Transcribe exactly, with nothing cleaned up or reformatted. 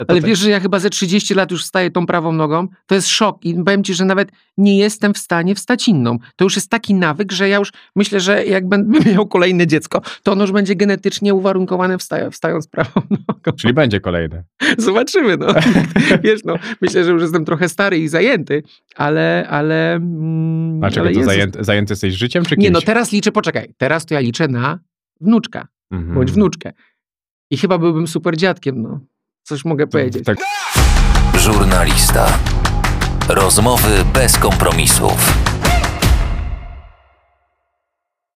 Ale wiesz, że ja chyba ze trzydzieści lat już wstaję tą prawą nogą? To jest szok i powiem ci, że nawet nie jestem w stanie wstać inną. To już jest taki nawyk, że ja już myślę, że jak będę miał kolejne dziecko, to ono już będzie genetycznie uwarunkowane wsta- wstając prawą nogą. Czyli będzie kolejne. Zobaczymy, no. Wiesz, no. Myślę, że już jestem trochę stary i zajęty, ale... ale mm, Dlaczego ale to Jezus. zajęty, zajęty jesteś życiem, czy kimś? Nie, no teraz liczę, poczekaj, teraz to ja liczę na wnuczka, Mhm. bądź wnuczkę. I chyba byłbym super dziadkiem, no. Coś mogę powiedzieć. Tak. Żurnalista. Rozmowy bez kompromisów.